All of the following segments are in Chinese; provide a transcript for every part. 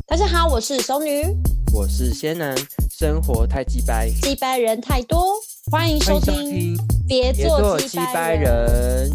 大家好，我是熟女， 我是仙男，生活太鸡掰， 鸡掰人太多，欢迎收听，别做鸡掰人。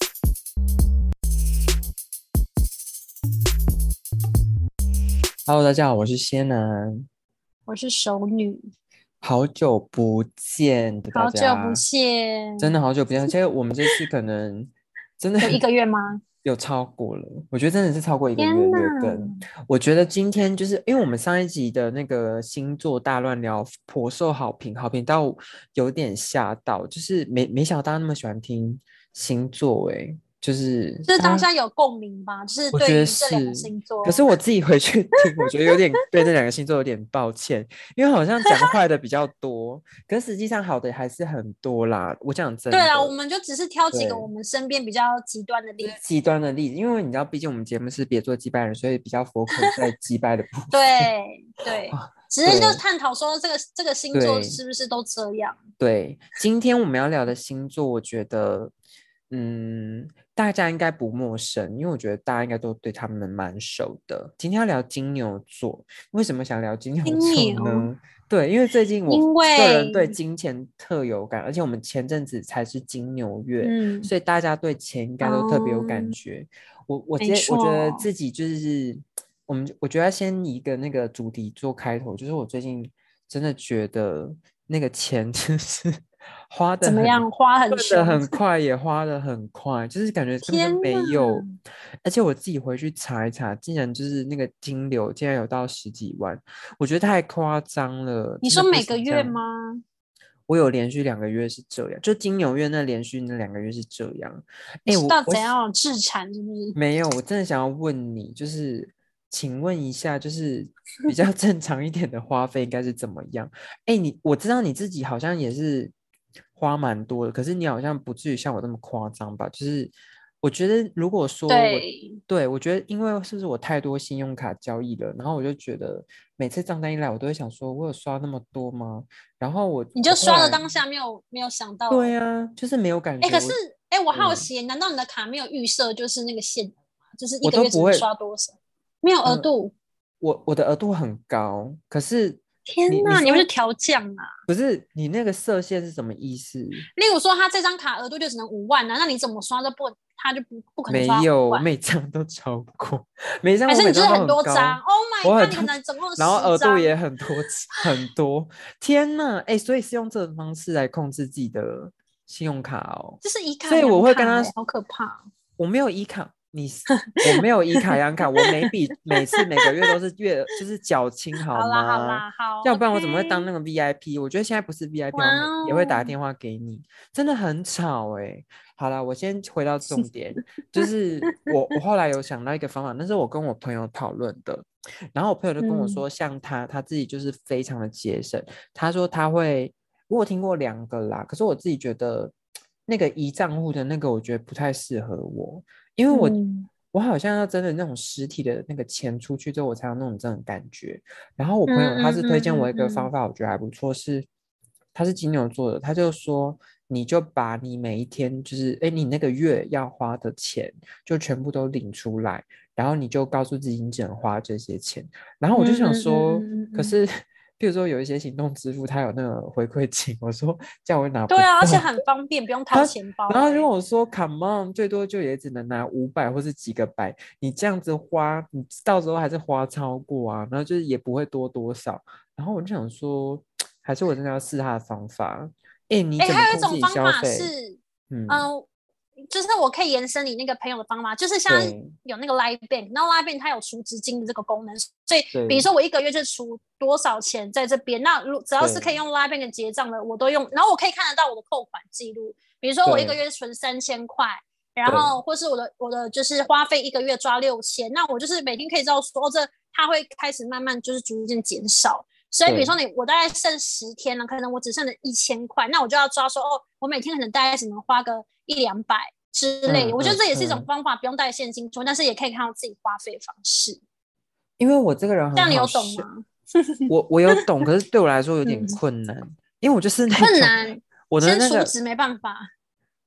Hello， 大家好，我是仙男， 我是熟女， 好久不见的大家， 好久不见， 真的好久不见，而且我们这次可能真的有1个月吗？ 有超过了，我觉得真的是超过1个月月更。我觉得今天就是因为我们上一集的那个星座大乱聊颇受好评到有点吓到，就是没想到大家那么喜欢听星座就是当下有共鸣吧，就是对于这2个星座。 可是我自己回去听，我觉得有点对这2个星座有点抱歉，因为好像讲坏的比较多，可是实际上好的还是很多啦。我讲真的， 对啊，我们就只是挑几个我们身边比较极端的例子。 极端的例子，因为你知道，毕竟我们节目是别做鸡掰人，所以比较 focus 在鸡掰的部分。 对，只是就探讨说这个星座是不是都这样？ 对，今天我们要聊的星座，我觉得，大家应该不陌生，因为我觉得大家应该都对他们蛮熟的。今天要聊金牛座，为什么想聊金牛座呢？对，因为最近我个人对金钱特有感，而且我们前阵子才是金牛月，所以大家对钱应该都特别有感觉。我觉得自己就是我觉得先以一个那个主题做开头，就是我最近真的觉得那个钱就是花的怎么样，花很赚的很快，也花的很快，就是感觉根本没有。而且我自己回去查一查，竟然就是那个金流竟然有到10几万，我觉得太夸张了。 你说每个月吗？ 我有连续2个月是这样，就金牛月连续那2个月是这样。 你到怎样自产是不是？ 没有，我真的想要问你，就是请问一下，就是比较正常一点的花费应该是怎么样？我知道你自己好像也是花蛮多的，可是你好像不至于像我那么夸张吧？就是我觉得如果说我觉得因为是不是我太多信用卡交易了，然后我就觉得每次账单一来，我都会想说，我有刷那么多吗？然后你就刷了当下没有想到， 对啊，就是没有感觉。 可是我好奇，难道你的卡没有预设就是那个限额吗？就是1个月只能刷多少？没有额度？ 我的额度很高，可是天哪，你们是调降啊？ 不是，你那个设限是什么意思？ 例如说，他这张卡额度就只能5万啊，那你怎么刷都他就不可能刷5万。 没有，每张都超过，每张还是你就是很多张 ？Oh my god，你可能总共10张， 然后额度也很多很多。天哪，所以是用这种方式来控制自己的信用卡哦。 这是以卡所以我会跟他， 好可怕。 我没有以卡。我没有以卡养卡，我每次每个月都是就是缴清好吗？ 好啦， 要不然我怎么会当那个 VIP？ 我觉得现在不是 VIP，我也会打电话给你，真的很吵好啦，我先回到重点，就是我后来有想到一个方法，那是我跟我朋友讨论的，然后我朋友就跟我说，像他自己就是非常的节省，他说他会，我听过2个啦，可是我自己觉得那个移账户的那个，我觉得不太适合我。因为我好像要真的那种实体的那个钱出去之后，我才有那种这种感觉。然后我朋友他是推荐我一个方法，我觉得还不错，他是金牛座的，他就说你就把你每一天就是你那个月要花的钱就全部都领出来，然后你就告诉自己你只能花这些钱。然后我就想说，可是比如说有一些行动支付，它有那个回馈金，我说这样我拿不到。 对啊，而且很方便，不用掏钱包。 然后如果我说 come on， 最多就也只能拿500或是几个百，你这样子花，你到时候还是花超过啊，然后就是也不会多少。然后我就想说，还是我真的要试他的方法。你怎么控制你消费？ 还有一种方法是，就是我可以延伸你那个朋友的方法，就是像有那个 Line Bank， 然后 Line Bank 它有储值金的这个功能，所以比如说我1个月就储多少钱在这边，那只要是可以用 Line Bank 结账的，我都用，然后我可以看得到我的扣款记录，比如说我1个月存3000块，然后或是我的就是花费1个月抓6000，那我就是每天可以知道说这它会开始慢慢就是逐渐减少。所以比如说我大概剩10天了，可能我只剩了1000块，那我就要抓说我每天可能大概只能花个100-200之类的。我觉得这也是一种方法，不用带现金出，但是也可以看到自己花费方式。 因为我这个人很好笑， 这样你有懂吗？ 我有懂，可是对我来说有点困难，因为我就是那种困难， 我的那个先储值没办法。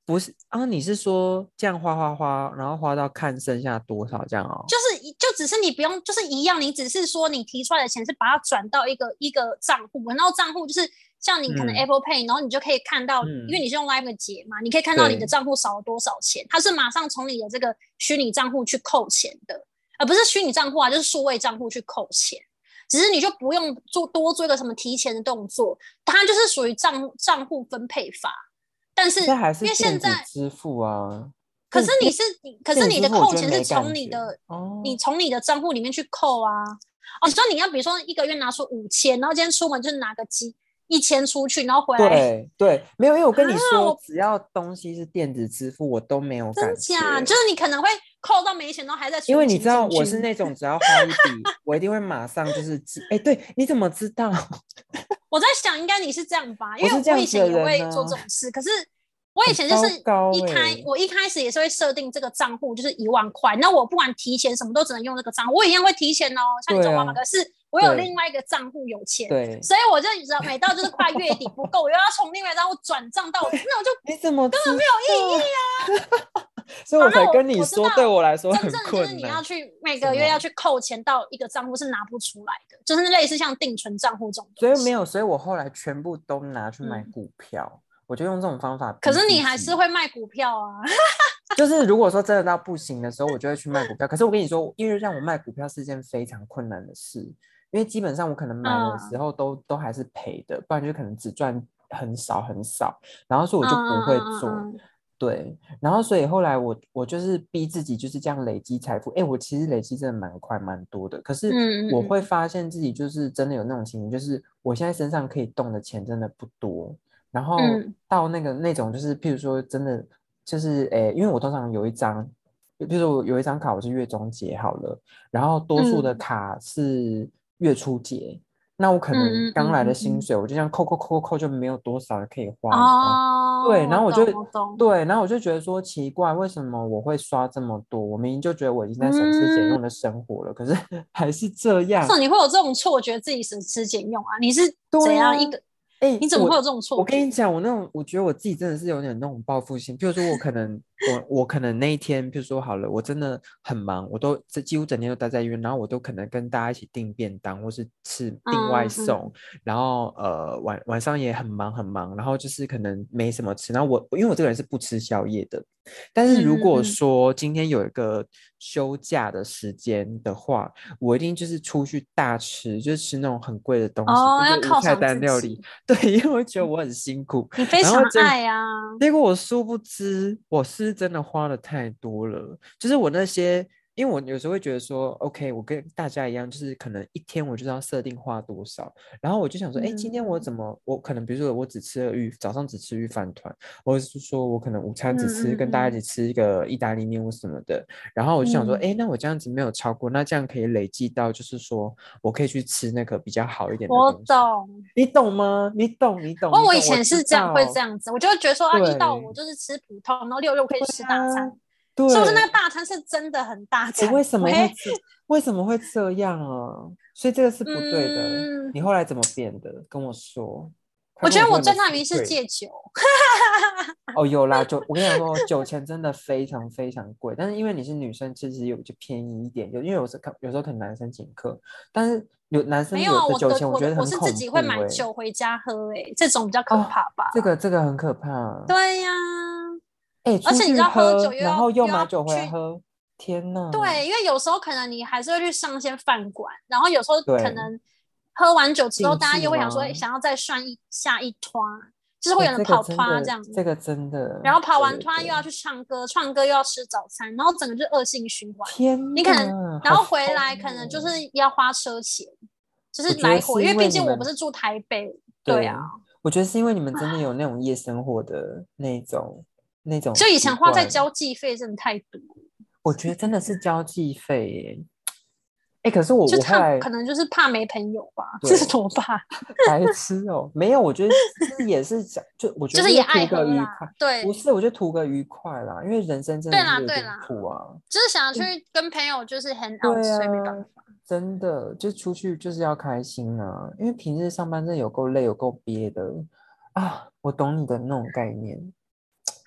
不是啊，你是说这样花，然后花到看剩下多少这样哦？ 就只是你不用，就是一样，你只是说你提出来的钱是把它转到一个账户，然后账户就是像你可能 Apple Pay，然后你就可以看到，因为你是用 Live 结嘛，你可以看到你的账户少了多少钱，它是马上从你的这个虚拟账户去扣钱的，而不是虚拟账户啊，就是数位账户去扣钱。只是你就不用多做一个什么提前的动作，它就是属于账户分配法。但是这还是因为现在电子支付啊， 可是你的扣钱是从你从你的账户里面去扣啊。哦，所以你要比如说一个月拿出5000，然后今天出门就是拿个1000出去，然后回来。 对，没有，因为我跟你说，只要东西是电子支付，我都没有真感假？ 觉。 就是你可能会扣到没钱，然后还在因为你知道我是那种只要花一笔，我一定会马上就是对，你怎么知道？ 我在想，应该你是这样吧？因为我是这样我以前也子的人会做这啊， 种事，可是我以前就是我一开始也是会设定这个账户就是10000块，那我不管提钱什么都只能用这个账户，我一样会提钱哦，像你这种妈妈，可是我有另外一个账户有钱，所以我就每到就是快月底不够，我又要从另外一个账户转账到，那我就你怎么根本没有意义啊。 所以我才跟你说，对我来说很困难。 真正就是你要去每个月要去扣钱到一个账户是拿不出来的，就是类似像定存账户这种东西。 所以没有，所以我后来全部都拿去买股票，我就用这种方法。 可是你还是会卖股票啊。 就是如果说真的到不行的时候，我就会去卖股票。可是我跟你说，因为让我卖股票是件非常困难的事，因为基本上我可能买的时候都还是赔的，不然就可能只赚很少，然后所以我就不会做。对，然后所以后来我就是逼自己就是这样累积财富。我其实累积真的蛮快蛮多的，可是我会发现自己就是真的有那种情形，就是我现在身上可以动的钱真的不多，然后到那种就是譬如说真的就是因为我通常有一张，比如说我有一张卡我是月中结好了，然后多数的卡是月初结。那我可能刚来的薪水，我就这样扣就没有多少可以花。对，然后然后我就觉得说奇怪，为什么我会刷这么多？我明明就觉得我已经在省吃俭用的生活了，可是还是这样。 为什么你会有这种错觉，自己省吃俭用啊？你是怎样一个？你怎么会有这种错觉？ 我跟你讲，我觉得我自己真的是有点那种报复心。比如说，我可能那一天，比如说好了，我真的很忙，我都几乎整天都待在医院，然后我都可能跟大家一起订便当，或是订外送，然后晚上也很忙，然后就是可能没什么吃。然后因为我这个人是不吃宵夜的，但是如果说今天有一个休假的时间的话，我一定就是出去大吃，就是吃那种很贵的东西，就是无菜单料理。对，因为我觉得我很辛苦， 你非常爱啊。 结果我殊不知，我是真的花的太多了。就是我那些，因为我有时候会觉得说，OK，我跟大家一样，就是可能一天我就要设定花多少，然后我就想说，今天我可能比如说我早上只吃鱼饭团，或者是说我可能午餐只吃跟大家一起吃一个意大利面或什么的，然后我就想说，那我这样子没有超过，那这样可以累积到，就是说我可以去吃那个比较好一点的东西。 我懂， 你懂吗？你懂。 我以前是这样，会这样子，我就会觉得说啊，1到5就是吃普通，然后6日可以吃大餐。 对， 是不是那个大餐是真的很大餐？ 为什么会这样啊？所以这个是不对的。你后来怎么变的？跟我说。 我觉得我最大原因是戒酒。 有啦，我跟你讲说，酒钱真的非常非常贵，但是因为你是女生，其实就便宜一点，因为有时候可能男生请客，但是男生有的酒钱，我觉得很恐怖。 我是自己会买酒回家喝，这种比较可怕吧？ 这个很可怕。 对呀， 而且你知道喝酒然后又买酒回来喝，天哪！ 对，因为有时候可能你还是会去上一些饭馆，然后有时候可能喝完酒之后，大家又会想说，想要再算下一团，就是会有人跑团这样子。 这个真的。 然后跑完团又要去唱歌，唱歌又要吃早餐，然后整个就恶性循环。 天哪！ 你可能然后回来可能就是要花车钱，就是来回，因为毕竟我不是住台北。对啊， 我觉得是因为你们真的有那种夜生活的那种。 就以前花在交际费真的太多。 我觉得真的是交际费耶。可是我后来可能就是怕没朋友吧，这是多怕。 白痴哦，没有，我觉得也是我觉得就是也爱图个愉快。 对， 不是，我觉得图个愉快啦，因为人生真的是有点苦啊。 就是想要去跟朋友就是很好，所以没办法。 真的，就出去就是要开心啊，因为平日上班真的有够累，有够憋的啊。我懂你的那种概念。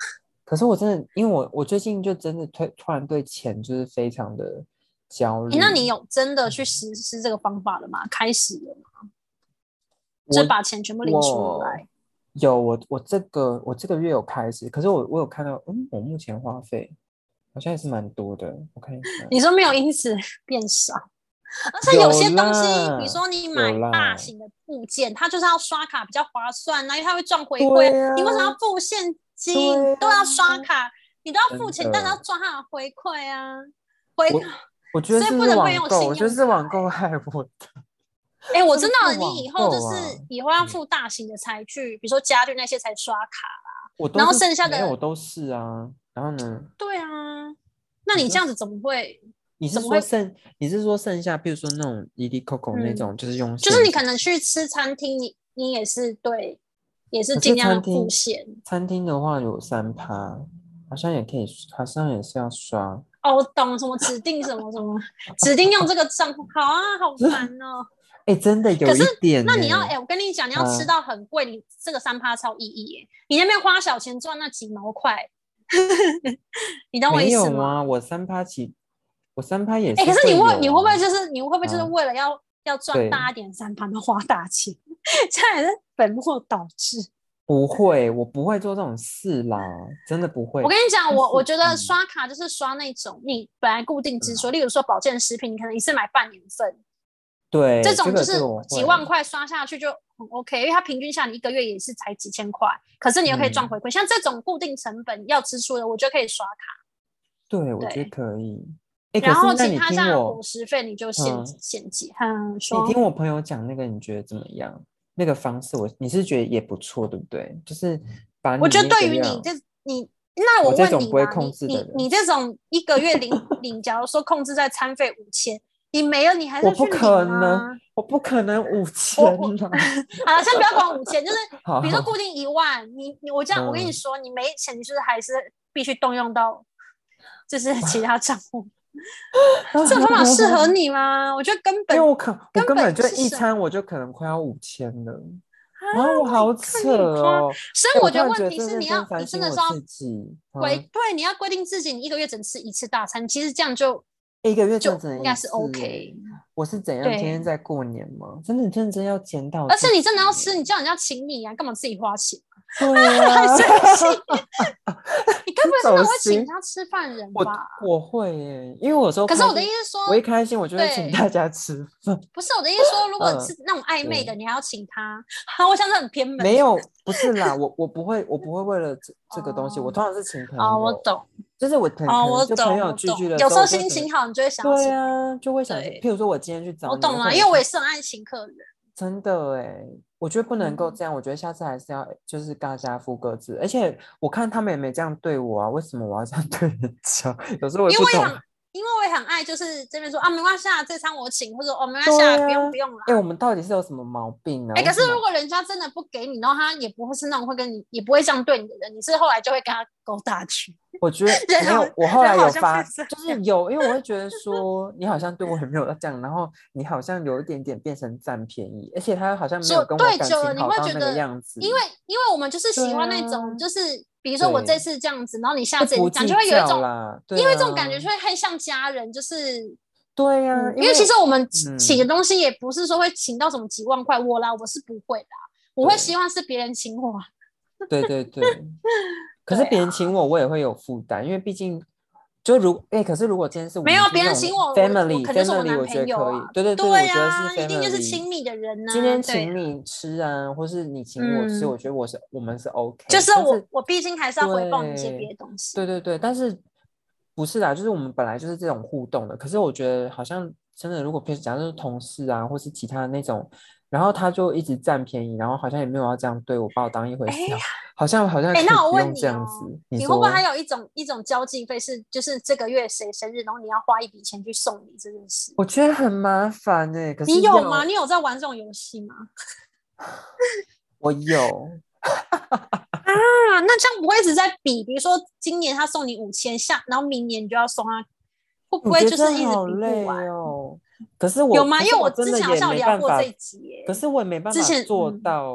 可是我真的，因为我最近就真的突然对钱就是非常的焦虑。 那你有真的去实施这个方法了吗？开始了吗？就把钱全部领出来。 有，我这个月有开始，可是我有看到，我目前花费好像也是蛮多的，我看一下。 你说没有因此变少？而且有些东西，比如说你买大型的部件，它就是要刷卡比较划算，因为它会赚回馈。你为什么要付现金？都要刷卡，你都要付钱，但是要赚它的回馈啊！ 我觉得是网购，我觉得是网购害我的。 我真的，你以后就是以后要付大型的才去，比如说家具那些才刷卡啦。然后剩下的没有，我都是啊。然后呢？ 对啊，那你这样子怎么会？ 你是说剩下，比如说那种滴滴 Coco 那种，就是用就是你可能去吃餐厅，你也是对，也是尽量的付现。 餐厅的话有3%，好像也可以，好像也是要刷。 我懂什么指定什么什么，指定用这个账户，好啊，好烦哦。 真的有一点。 那你要我跟你讲，你要吃到很贵，你这个3%超意义耶。你那边花小钱赚那几毛块，你懂我意思吗？ 没有啊，我3%也是。 可是你会不会就是为了要赚大一点3%的花大钱，这样也是本末倒置。 不会，我不会做这种事啦，真的不会。 我跟你讲，我觉得刷卡就是刷那种你本来固定支出，例如说保健食品，你可能一次买半年份。 对， 这种就是几万块刷下去就很 OK， 因为它平均下你1个月也是才几千块，可是你又可以赚回馈。像这种固定成本要支出的，我觉得可以刷卡。 对，我觉得可以。 然后其他像伙食费你就现记。 你听我朋友讲那个，你觉得怎么样？那个方式你是觉得也不错，对不对？就是把你， 我觉得对于你，那我问你不会控制的人， 你这种1个月领，假如说控制在餐费5000。你没了，你还是去领啊？ 我不可能5000啊！ 好了，先不要管5000，就是比如说固定1万，我这样，我跟你说，你没钱，你就是还是必须动用到，就是其他账户。这个方法适合你吗？我觉得根本， 因为我根本就一餐我就可能快要5000了。我好扯哦！ 所以我觉得问题是你真的是要自己对，你要规定自己，你1个月只能吃1次大餐，其实这样就。 1个月就应该是 OK。 我是怎样？天天在过年吗？真的认真要检讨。 而且你真的要吃，你叫人家请你啊，干嘛自己花钱？ 对啊， 还生气？你该不会真的会请他吃饭人吧？ 我会耶，因为我说， 可是我的意思是说， 我一开心我就会请大家吃饭。 不是我的意思说，如果是那种暧昧的，你还要请他？我想是很偏门。 没有，不是啦，我不会为了这个东西，我通常是请朋友。 我懂。 就是我可能就朋友聚的时候， 有时候心情好，你就会想对啊，就会想，譬如说我今天去找你， 我懂了，因为我也是很爱请客人。 真的我觉得不能够这样，我觉得下次还是要就是大家付各自，而且我看他们也没这样对我啊，为什么我要这样对人家？有时候我也不懂。 因为我也很爱，就是这边说没关系，这餐我请，或者没关系，不用啦。 我们到底是有什么毛病呢？ 可是如果人家真的不给你，然后他也不会是那种会跟你，也不会这样对你的人，你是后来就会跟他勾搭去。 我觉得没有，我后来有就是有，因为我会觉得说你好像对我也没有这样，然后你好像有一点点变成占便宜，而且他好像没有跟我感情好到那个样子。 因为我们就是喜欢那种，就是比如说我这次这样子，然后你下次也这样，就会有一种，因为这种感觉就会很像家人，就是对呀。 因为其实我们请的东西也不是说会请到什么几万块，我是不会的，我会希望是别人请我。 对对对。可是别人请我也会有负担，因为毕竟就可是如果今天是没有别人请我 family， 可能是我男朋友我觉得可以。对， 我觉得是 family， 一定就是亲密的人呢。 今天请你吃啊，或是你请我吃，我觉得我们是 OK。 就是我毕竟还是要回报你一些别的东西。 对，但是不是啦，就是我们本来就是这种互动的。可是我觉得好像真的，如果假如是同事啊，或是其他的那种。然后他就一直占便宜，然后好像也没有要这样对我，把我当一回事，好像那我问你这样子， 你会不会还有一种交际费是就是这个月谁生日，然后你要花一笔钱去送礼这件事？ 我觉得很麻烦可是你有吗？你有在玩这种游戏吗？ 我有那这样不会一直在比如说今年他送你5000，然后明年你就要送他，会不会就是一直比不完？ 可是我有吗？因为我之前好像有聊过这一集可是我也没办法做到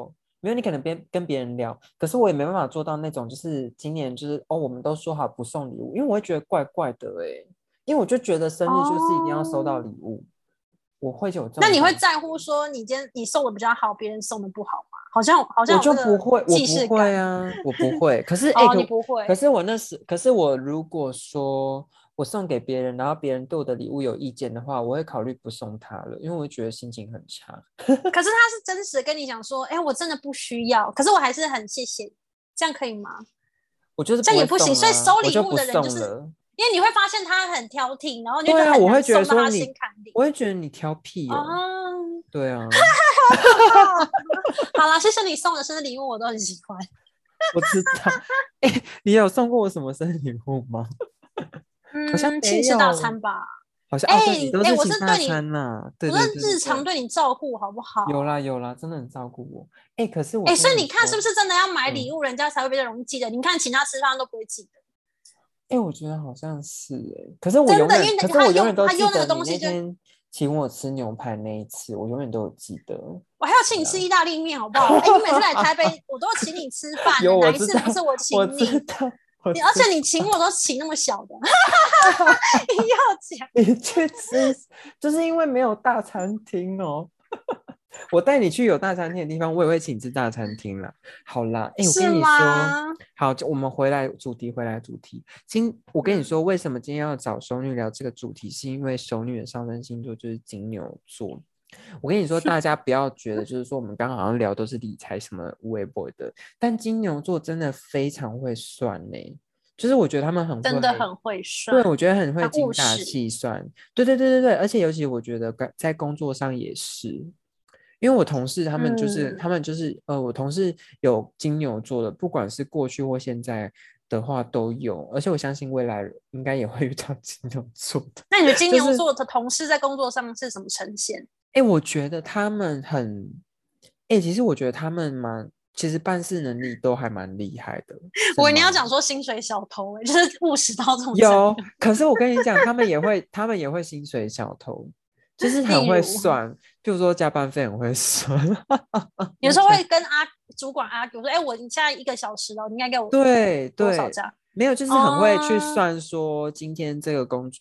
没有，你可能跟别人聊，可是我也没办法做到那种，就是今年就是我们都说好不送礼物，因为我会觉得怪怪的因为我就觉得生日就是一定要收到礼物，我会有这那你会种感觉。 在乎说你今天你送的比较好，别人送的不好吗？好像我就有这个不会，我既不视感。 会啊，我不会。可是哦，你不会。 可是我如果说我送给别人，然后别人对我的礼物有意见的话，我会考虑不送他了，因为我会觉得心情很差。 可是他是真实的跟你讲说，哎，我真的不需要，可是我还是很谢谢，这样可以吗？ 我就是不会这样也不行。所以送啊， 收礼物我就不的人就是， 送了。 因为你会发现他很挑剔，然后你就对啊， 觉得很我会觉得难送到他说你， 心坎里。 我会觉得你挑剔哦。 哦， 对啊， 好可怕哦。好啦，谢谢你送的生日礼物，我都很喜欢。 我知道。你有送过我什么生日礼物吗？好像请吃大没有， 餐吧。 好像哎对你都是我是请大对你， 餐呐。对我是对对对日常对， 对你照顾，好不有好？ 啦有啦，真的很照顾我。可是我哎， 跟所以你看是不你说， 是真的要买礼嗯， 物，人家才会比较容易记得？你看请他吃饭都不会记得。 我觉得好像是真的，因为可是我永远都他用那个记得你东西就， 那天请我吃牛排那一次，我永远都有记得。 我还要请你吃意大利面，好不好？哎，你每次来台北，我都请你吃饭有， 哪我知道， 一次不是我我请你？ 知道，我而且知道。 你请我都请那么小的，硬要讲。 你去吃，就是因为没有大餐厅哦。我带你去有大餐厅的地方，我也会请吃大餐厅啦。好啦，我跟是你说， 吗？ 好，我们回来主题。我跟你说，为什么今天要找熟女聊这个主题，是因为熟女的上升星座就是金牛座。我跟你说，大家不要觉得就是说我们刚刚好像聊都是理财什么无微博的，但金牛座真的非常会算呢。就是我觉得他们很会， 真的很会对， 算， 我觉得很会很务精打实。 细算。对对对对对，而且尤其我觉得在工作上也是，因为我同事他们就是我同事有金牛座的，不管是过去或现在的话都有，而且我相信未来应该也会遇到金牛座的。 那你的金就是牛座的同事在工作上是什么呈现？ 我觉得他们很其实我觉得他们其实办事能力都还蛮厉害的，是我你要吗？ 讲说薪水小偷、就是务实到这种程有， 度。 可是我跟你讲，他们也会薪水小偷，就是很会例如， 算，比如说加班费很会算。 有时候会跟主管argue 说，我现在1个小时了，你应该给我对对， 多少这样？ 没有，就是很会去哦， 算说今天这个工作，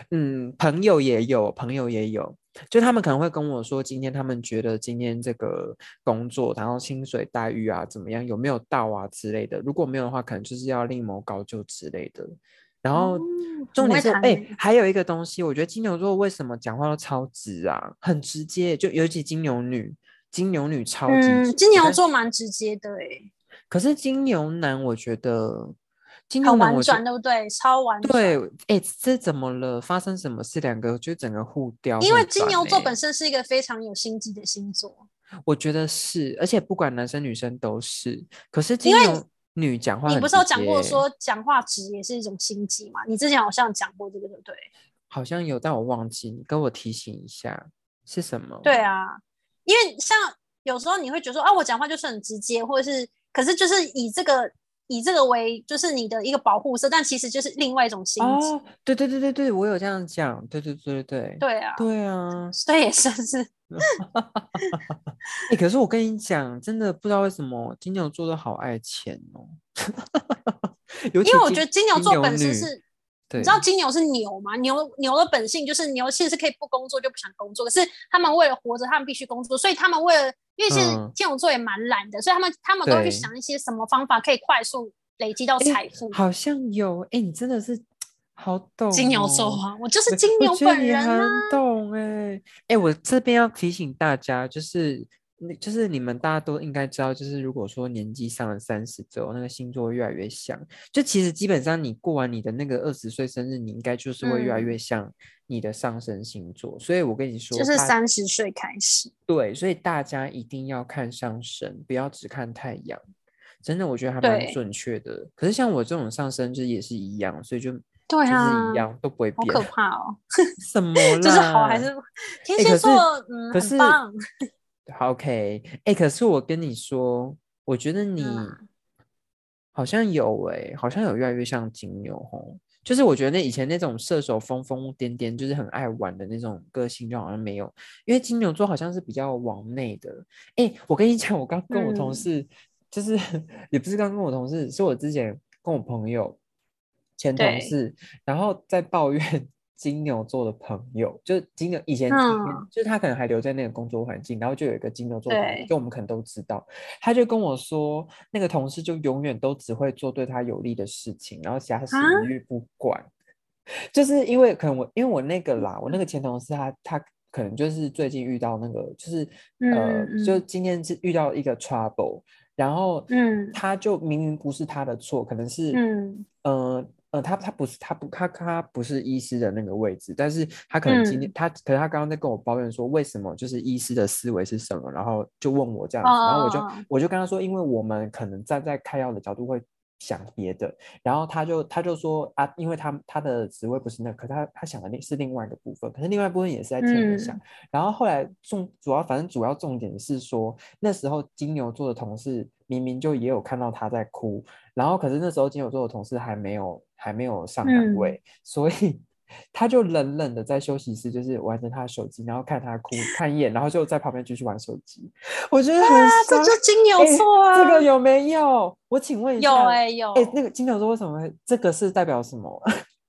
朋友也有，就他们可能会跟我说，今天他们觉得今天这个工作，然后薪水待遇啊怎么样，有没有到啊之类的，如果没有的话，可能就是要另谋高就之类的。然后很重点是， 会谈呢。 还有一个东西，我觉得金牛座为什么讲话都超直啊，很直接，就尤其金牛女超级直接， 金牛座蛮直接的可是金牛男，我觉得金牛很男， 婉转，对不对？超婉对， 转。 这怎么了？发生什么事？两个就整个互调互因为金转呢、 牛座本身是一个非常有心机的星座， 我觉得是，而且不管男生女生都是。可是因为金牛女讲话你很直不是有讲过接， 说讲话直也是一种心机嘛？你之前好像讲过这个，对不对？ 好像有，但我忘记，你跟我提醒一下是什么？ 对啊，因为像有时候你会觉得说我讲话就是很直接，或者是可是就是以这个为就是你的一个保护色，但其实就是另外一种心哦， 机。 对对对对对，我有这样讲，对对对对对啊， 对啊。 所以也算是。 可是我跟你讲，真的不知道为什么金牛座都好爱钱哦，尤其因为我觉得金牛金座牛女， 本身是，你知道对， 金牛是牛吗？牛的本性就是牛，其实是可以不工作就不想工作，可是他们为了活着，他们必须工作，所以他们为了，因为其实嗯， 金牛座也蛮懒的，所以他们都会去对， 想一些什么方法可以快速累积到财富。 好像有，你真的是好金牛座懂哦， 啊，我就是金牛我觉得本人呐、 你很懂我这边要提醒大家，就是你们大家都应该知道，就是如果说年纪上了30之后，那个星座越来越像，就其实基本上你过完你的那个20岁生日，你应该就是会越来越像你的上升星座，所以我跟你说， 就是30岁开始。 对，所以大家一定要看上升，不要只看太阳。真的，我觉得还蛮对准确的。可是像我这种上升，就是也是一样，所以就是一对啊， 样都不会变。 好可怕哦！ 什么就是好还啦？ 是天蝎座， 可是很棒。 好 OK，可是我跟你说，我觉得你好像有好像有越来越像金牛哦。 就是我觉得以前那种射手疯疯癫癫，就是很爱玩的那种个性，就好像没有。因为金牛座好像是比较往内的。我跟你讲，我刚跟我同事，就是也不是刚跟我同事，是我之前跟我朋友前同事，然后在抱怨金牛座的朋友，就是金牛以前就是他可能还留在那个工作环境，然后就有一个金牛座的同事，就我们可能都知道，他就跟我说，那个同事就永远都只会做对他有利的事情，然后其他事一律不管。就是因为可能因为我那个啦，我那个前同事他可能就是最近遇到那个，就是就今天是遇到一个 trouble，然后他就明明不是他的错，可能是他不是医师的那个位置，但是他可能今天可能他刚刚在跟我抱怨说为什么就是医师的思维是什么，然后就问我这样子，然后我就跟他说，因为我们可能站在开药的角度会想别的，然后他就说啊，因为他的职位不是那个，可是他想的是另外一个部分，可是另外一部分也是在替我们想。然后后来主要重点是说，那时候金牛座的同事明明就也有看到他在哭，然后可是那时候金牛座的同事还没有上岗位，所以他就冷冷的在休息室就是玩着他的手机，然后看他哭看一眼，然后就在旁边继续玩手机。我觉得很这就金牛座啊， 这个有没有？我请问一下， 有那个金牛座为什么会这个是代表什么？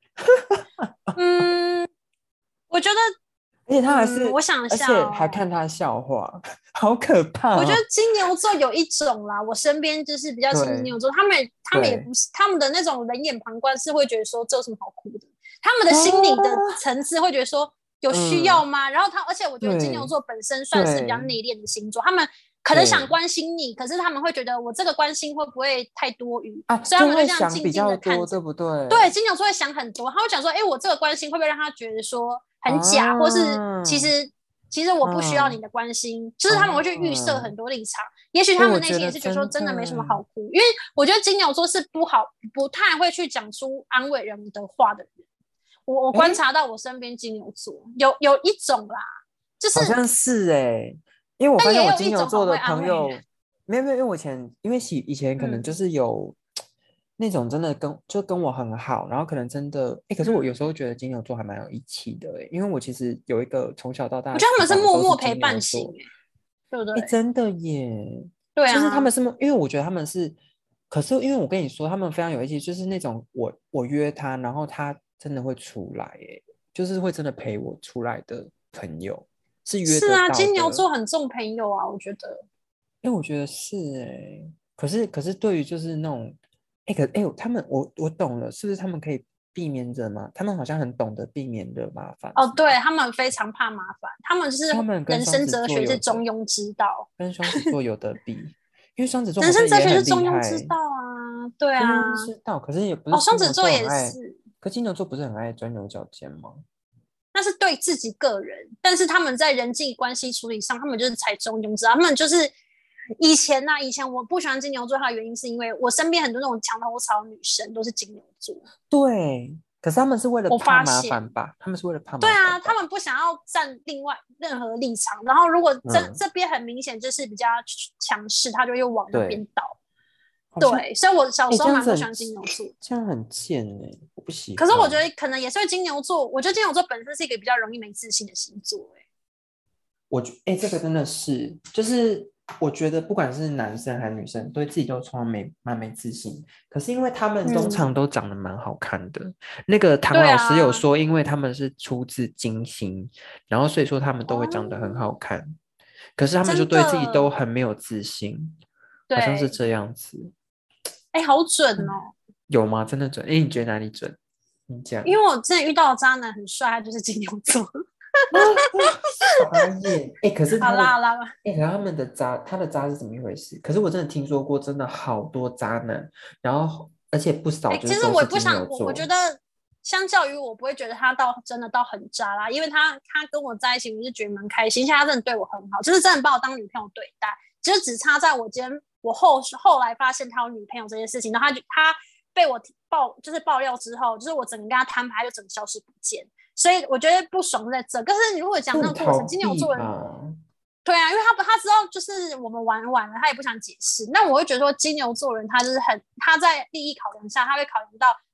我觉得， 而且他还是， 我想一下， 而且还看他笑话，好可怕。 我觉得金牛座有一种啦，我身边就是比较亲金牛座，他们也不是他们的那种冷眼旁观，是会觉得说这有什么好哭的？他们的心理的层次会觉得说有需要吗？然后而且我觉得金牛座本身算是比较内敛的星座，他们可能想关心你，可是他们会觉得我这个关心会不会太多余啊？所以他们就这样静静的看着， 对不对？ 对，金牛座会想很多，他会讲说，我这个关心会不会让他觉得说很假，或是其实我不需要你的关心，就是他们会去预设很多立场，也许他们内心也是觉得说真的没什么好哭，因为我觉得金牛座是不太会去讲出安慰人的话的人。我观察到我身边金牛座有一种啦，就是好像是因为我发现我金牛座的朋友没有，因为我以前可能就是有那种真的跟我很好，然后可能真的可是我有时候觉得金牛座还蛮有义气的因为我其实有一个从小到大， 我觉得他们是默默陪伴型对不对？ 真的耶， 对啊， 就是他们是因为我觉得他们是，可是因为我跟你说他们非常有义气，就是那种我约他，然后他真的会出来就是会真的陪我出来的朋友是约得到的。是啊， 金牛座很重朋友啊，我觉得。 我觉得是可是对于就是那种他们我懂了，是不是他们可以避免惹麻烦？他们好像很懂得避免惹麻烦。 对，他们非常怕麻烦，他们就是人生哲学是中庸之道， 跟双子座有得比，因为双子座人生哲学是中庸之道啊，对啊， 中庸之道，可是也不是双子座也是， 可金牛座不是很爱钻牛角尖吗？ 那是对自己个人，但是他们在人际关系处理上，他们就是采中庸之道，他们就是以前我不喜欢金牛座，它的原因是因为我身边很多那种墙头草女生都是金牛座。 对，可是他们是为了怕麻烦吧？他们是为了怕麻烦。 对啊，他们不想要站另外任何立场，然后如果这边很明显就是比较强势，他就又往那边倒。对，所以我小时候蛮不喜欢金牛座， 这样很贱我不喜欢。 可是我觉得可能也是因为金牛座，我觉得金牛座本身是一个比较容易没自信的星座这个真的是，就是我觉得不管是男生还是女生，对自己都充满蛮没自信。可是因为他们通常都长得蛮好看的，那个唐老师有说，因为他们是出自金星，然后所以说他们都会长得很好看。可是他们就对自己都很没有自信，好像是这样子。 好准哦！ 有吗？真的准？你觉得哪里准？你讲。 因为我之前遇到的渣男很帅，他就是金牛座。 傻眼可是他的好啦可是他的渣是怎么一回事？可是我真的听说过，真的好多渣男，然后而且不少就是都是金牛座。其实我也不想，我觉得相较于我不会觉得他真的到很渣啦，因为他跟我在一起，我是觉得蛮开心，而且他真的对我很好，就是真的把我当女朋友对待，就是只差在我后来发现他有女朋友这件事情，然后他被我爆料之后，就是我整个跟他摊牌，就整个消失不见。所以我觉得不爽在这，可是你如果讲那个过程，金牛座人，对啊，因为他知道就是我们玩完了，他也不想解释。那我会觉得说金牛座人他就是他在利益考量下，他会考量到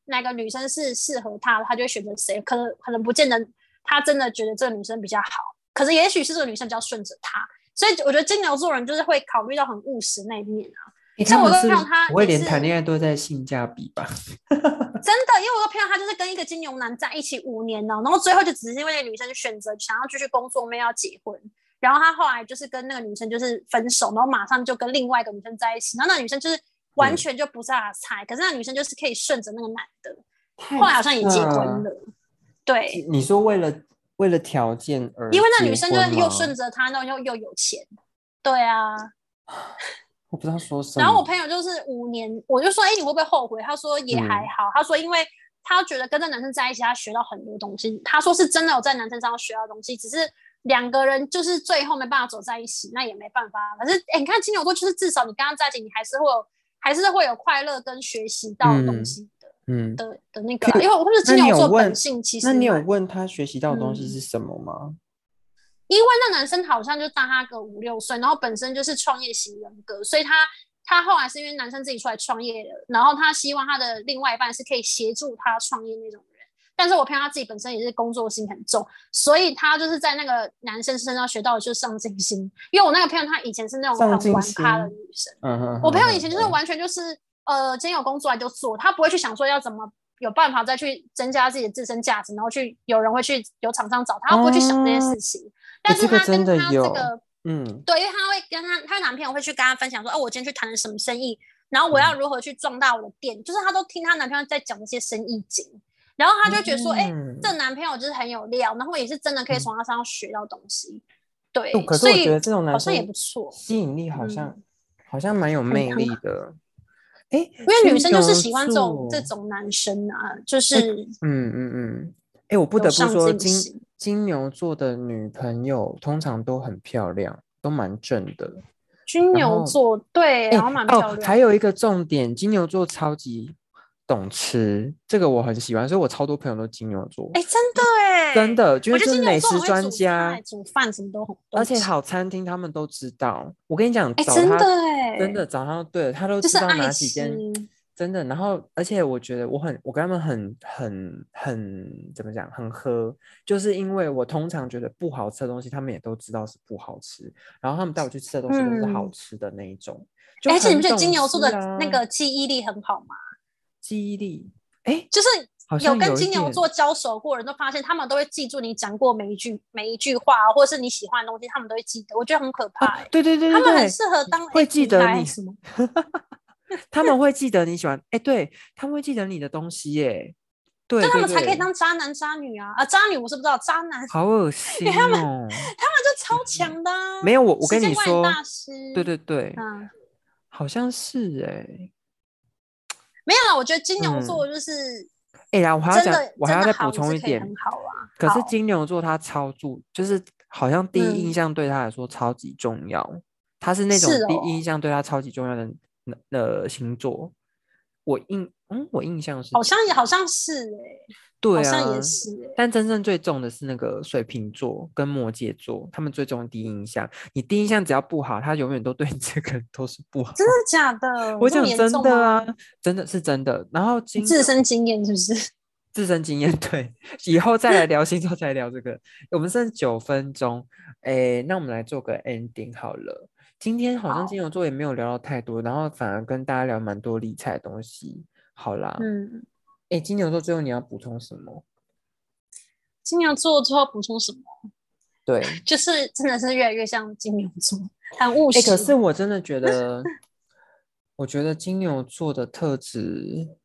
哪个女生是适合他，他就会选择谁。可能不见得他真的觉得这个女生比较好，可是也许是这个女生比较顺着他。所以我觉得金牛座人就是会考虑到很务实那一面啊。像我有个朋友，他不会连谈恋爱都在性价比吧？ 真的，因为我有个朋友，他就是跟一个金牛男在一起5年了，然后最后就只是因为那个女生选择想要继续工作，没有要结婚。然后他后来就是跟那个女生就是分手，然后马上就跟另外一个女生在一起。然后那个女生就是完全就不是他的菜，可是那个女生就是可以顺着那个男的，后来好像也结婚了。对， 你说为了条件而， 因为那女生就是又顺着他，然后又有钱。对啊， 我不知道说什么。 然后我朋友就是5年，我就说，你会不会后悔？他说也还好。他说因为他觉得跟这男生在一起，他学到很多东西。他说是真的有在男生身上学到东西，只是2个人就是最后没办法走在一起，那也没办法。可是你看金牛座，就是至少你跟他在一起，你还是会有快乐跟学习到的东西的，的那个。因为或者金牛座本性其实， 那你有问他学习到的东西是什么吗？ 因为那男生好像就大他个5、6岁，然后本身就是创业型人格，所以他后来是因为男生自己出来创业了，然后他希望他的另外一半是可以协助他创业那种人。但是我朋友他自己本身也是工作心很重，所以他就是在那个男生身上学到的就是上进心。因为我那个朋友他以前是那种很玩咖的女生，我朋友以前就是完全就是今天有工作来就做，他不会去想说要怎么有办法再去增加自己的自身价值，然后有人会去有厂商找他，他不会去想这些事情。但是他跟他这个对，因为他会跟他男朋友会去跟他分享说，我今天去谈了什么生意，然后我要如何去壮大我的店，就是他都听他男朋友在讲这些生意经，然后他就觉得说，这男朋友就是很有料，然后也是真的可以从他身上学到东西。对， 可是我觉得这种男生好像也不错， 吸引力好像蛮有魅力的。 因为女生就是喜欢这种男生啊，就是我不得不说金牛座的女朋友通常都很漂亮，都蛮正的。 金牛座对，然后蛮漂亮。 还有一个重点，金牛座超级懂吃，这个我很喜欢，所以我超多朋友都金牛座。 真的真的，就是美食专家， 煮饭什么都很， 而且好餐厅他们都知道。我跟你讲，真的找他对了，他都知道哪几间。真的，然后而且我觉得我跟他们很怎么讲，很合，就是因为我通常觉得不好吃的东西，他们也都知道是不好吃，然后他们带我去吃的东西都是好吃的那一种。 而且你不觉得金牛座的那个记忆力很好吗？ 记忆力， 就是有跟金牛座交手过的人都发现，他们都会记住你讲过每一句话，或者是你喜欢的东西，他们都会记得。我觉得很可怕。 对， 他们很适合当会记得你什么。 他们会记得你喜欢，对，他们会记得你的东西耶，对， 他们才可以当渣男渣女啊！渣女我是不知道，渣男好恶心他们就超强的没有我跟你说， 大师对，好像是没有啦，我觉得金牛座就是我还要再补充一点， 很好啊。 可是金牛座他就是好像第一印象对他来说超级重要。他是那种第一印象对他超级重要的星座，我印象是好像是对啊， 好像也是但真正最重的是那个水瓶座跟摩羯座，他们最重的第一印象，你第一印象只要不好，他永远都对你这个人都是不好。 真的假的？ 我讲真的啊，真的是真的。然后自身经验是不是？ 自身经验对，以后再来聊星座，再来聊这个。我们剩9分钟，那我们来做个 ending 好了。今天好像金牛座也没有聊到太多，然后反而跟大家聊蛮多理财的东西。好啦，金牛座最后你要补充什么？ 金牛座最后补充什么？ 对， 就是真的是越来越像金牛座，很务实。 可是我真的觉得，我觉得金牛座的特质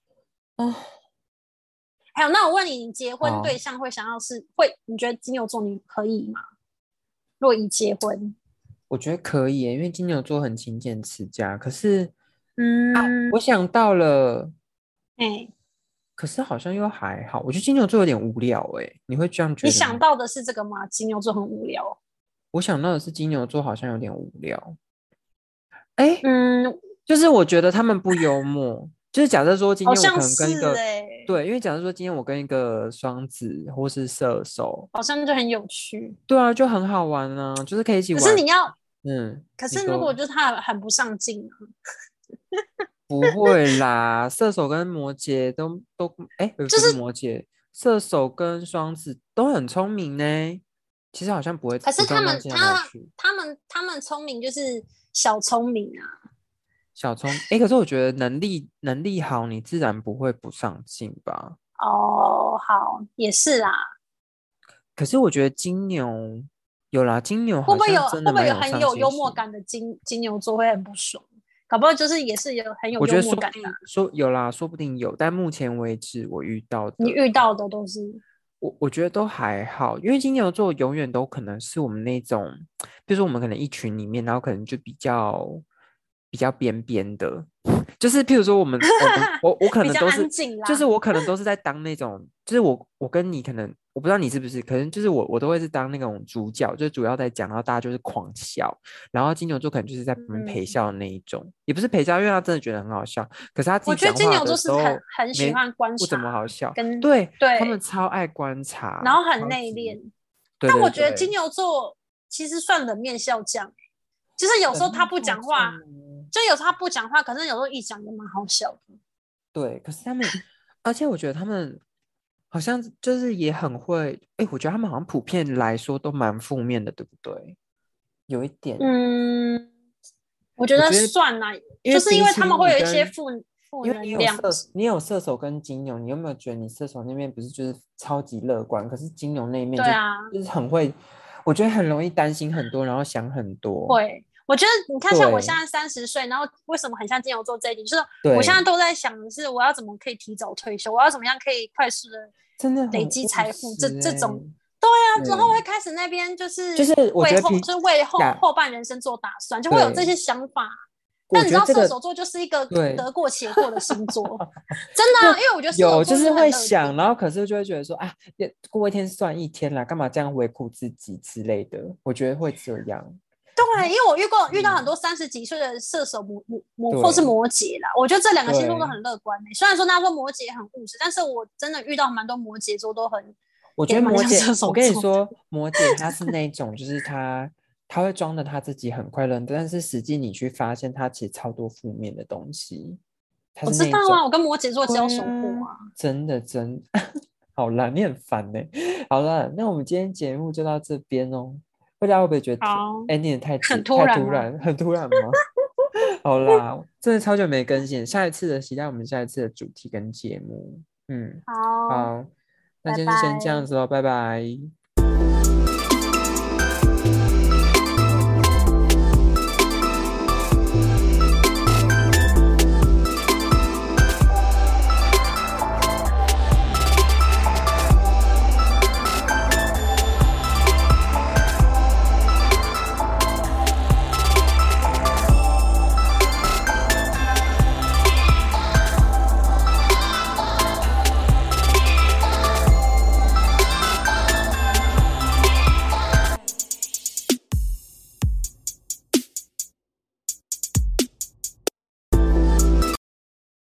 还有，那我问你，你结婚对象会想要你觉得金牛座你可以吗？若以结婚， 我觉得可以因为金牛座很勤俭持家。可是，我想到了，可是好像又还好。我觉得金牛座有点无聊你会这样觉得吗？ 你想到的是这个吗？金牛座很无聊。 我想到的是金牛座好像有点无聊。就是我觉得他们不幽默。就是假设说今天我可能跟一个对，因为假设说今天我跟一个双子或是射手， 好像就很有趣。 对啊，就很好玩啊，就是可以一起玩。 可是你要可是如果就是他很不上进不会啦，射手跟摩羯不就是， 是摩羯，射手跟双子都很聪明呢。其实好像不会可是主动到现在哪去。 他们聪明就是小聪明啊。 小聪，可是我觉得能力好，你自然不会不上进吧？ 哦，好，也是啦。 可是我觉得金牛有啦，金牛好像真的蛮有很有幽默上进心。 感的金牛座会很不爽？搞不好就是也是很有幽我觉得默感的啊。 说有啦，说不定有，但目前为止我遇到的， 你遇到的都是我觉得都还好，因为金牛座永远都可能是我们那种，比如说我们可能一群里面，然后可能就比较边边的，就是譬如说我可比较能都是， 安静就是啦。 我可能都是在当那种，就是我跟你可能我不知道你是不是，可能就是我都会是当那种主角，就主要在讲，然后大家就是狂笑，然后金牛座可能就是在旁边陪嗯， 笑的那一种，也不是陪笑，因为他真的觉得很好笑，可是他自己我觉得讲话金牛座是的时候很喜欢观不怎么察， 好笑， 跟对，他们对， 超爱观察， 然后很超级， 内敛。 对但对对， 我觉得金牛座其实算冷面笑匠，就是有时候他不冷面笑讲话， 匠呢。 就有时候他不讲话，可是有时候一讲也蛮好笑的。 对，可是他们，而且我觉得他们好像就是也很会，我觉得他们好像普遍来说都蛮负面的，对不对？有一点， 嗯，我觉得我觉得， 算啦， 因为就是因为他比起们会有一些你跟， 负因为你能量。 你有射手跟金牛，你有没有觉得你射手那边不是就是超级乐观，可是金牛那一面就对啊， 是很会，我觉得很容易担心很多，然后想很多。 会。我觉得你看，像我现对在30岁，然后为什么很像金牛座这一点，就是我现在对， 都在想的是，我要怎么可以提早退休，我要怎么样可以快速的真的很累积务财富， 实这种。对啊，之后对， 会开始那边就是就是我觉得为呀， 后半人生做打算，就会有这对， 些想法。但你知道我觉得这个射手座就是一个对。 得过且过的星座，真的就啊，因为我觉得射手有就是座就是很会想， 乐天。 然后可是就会觉得说啊，过一天算一天啦，干嘛这样为苦自己之类的，我觉得会这样。 对，因为我遇到很多嗯， 30几岁的射手或是对摩羯啦，我觉得这两个星座都对， 很乐观虽然说大家说摩羯很务实，但是我真的遇到蛮多摩羯座都我觉也蛮像得摩羯，我射手座。 跟你说，摩羯他是那种，就是他会装的他自己很快乐，但是实际你去发现他其实超多负面的东西，他我是那一种。 知道啊，我跟摩羯座交对啊， 手过啊。 真的好啦，你很烦呢、好了，那我们今天节目就到这边哦。大家会不会觉得好， ending 很突太然吗？ 突然，很突然吗？好啦，真的超久没更新，下一次的期待我们下一次的主题跟节目。嗯， 好， 好，那拜今天就先这样拜。 子喽，拜拜。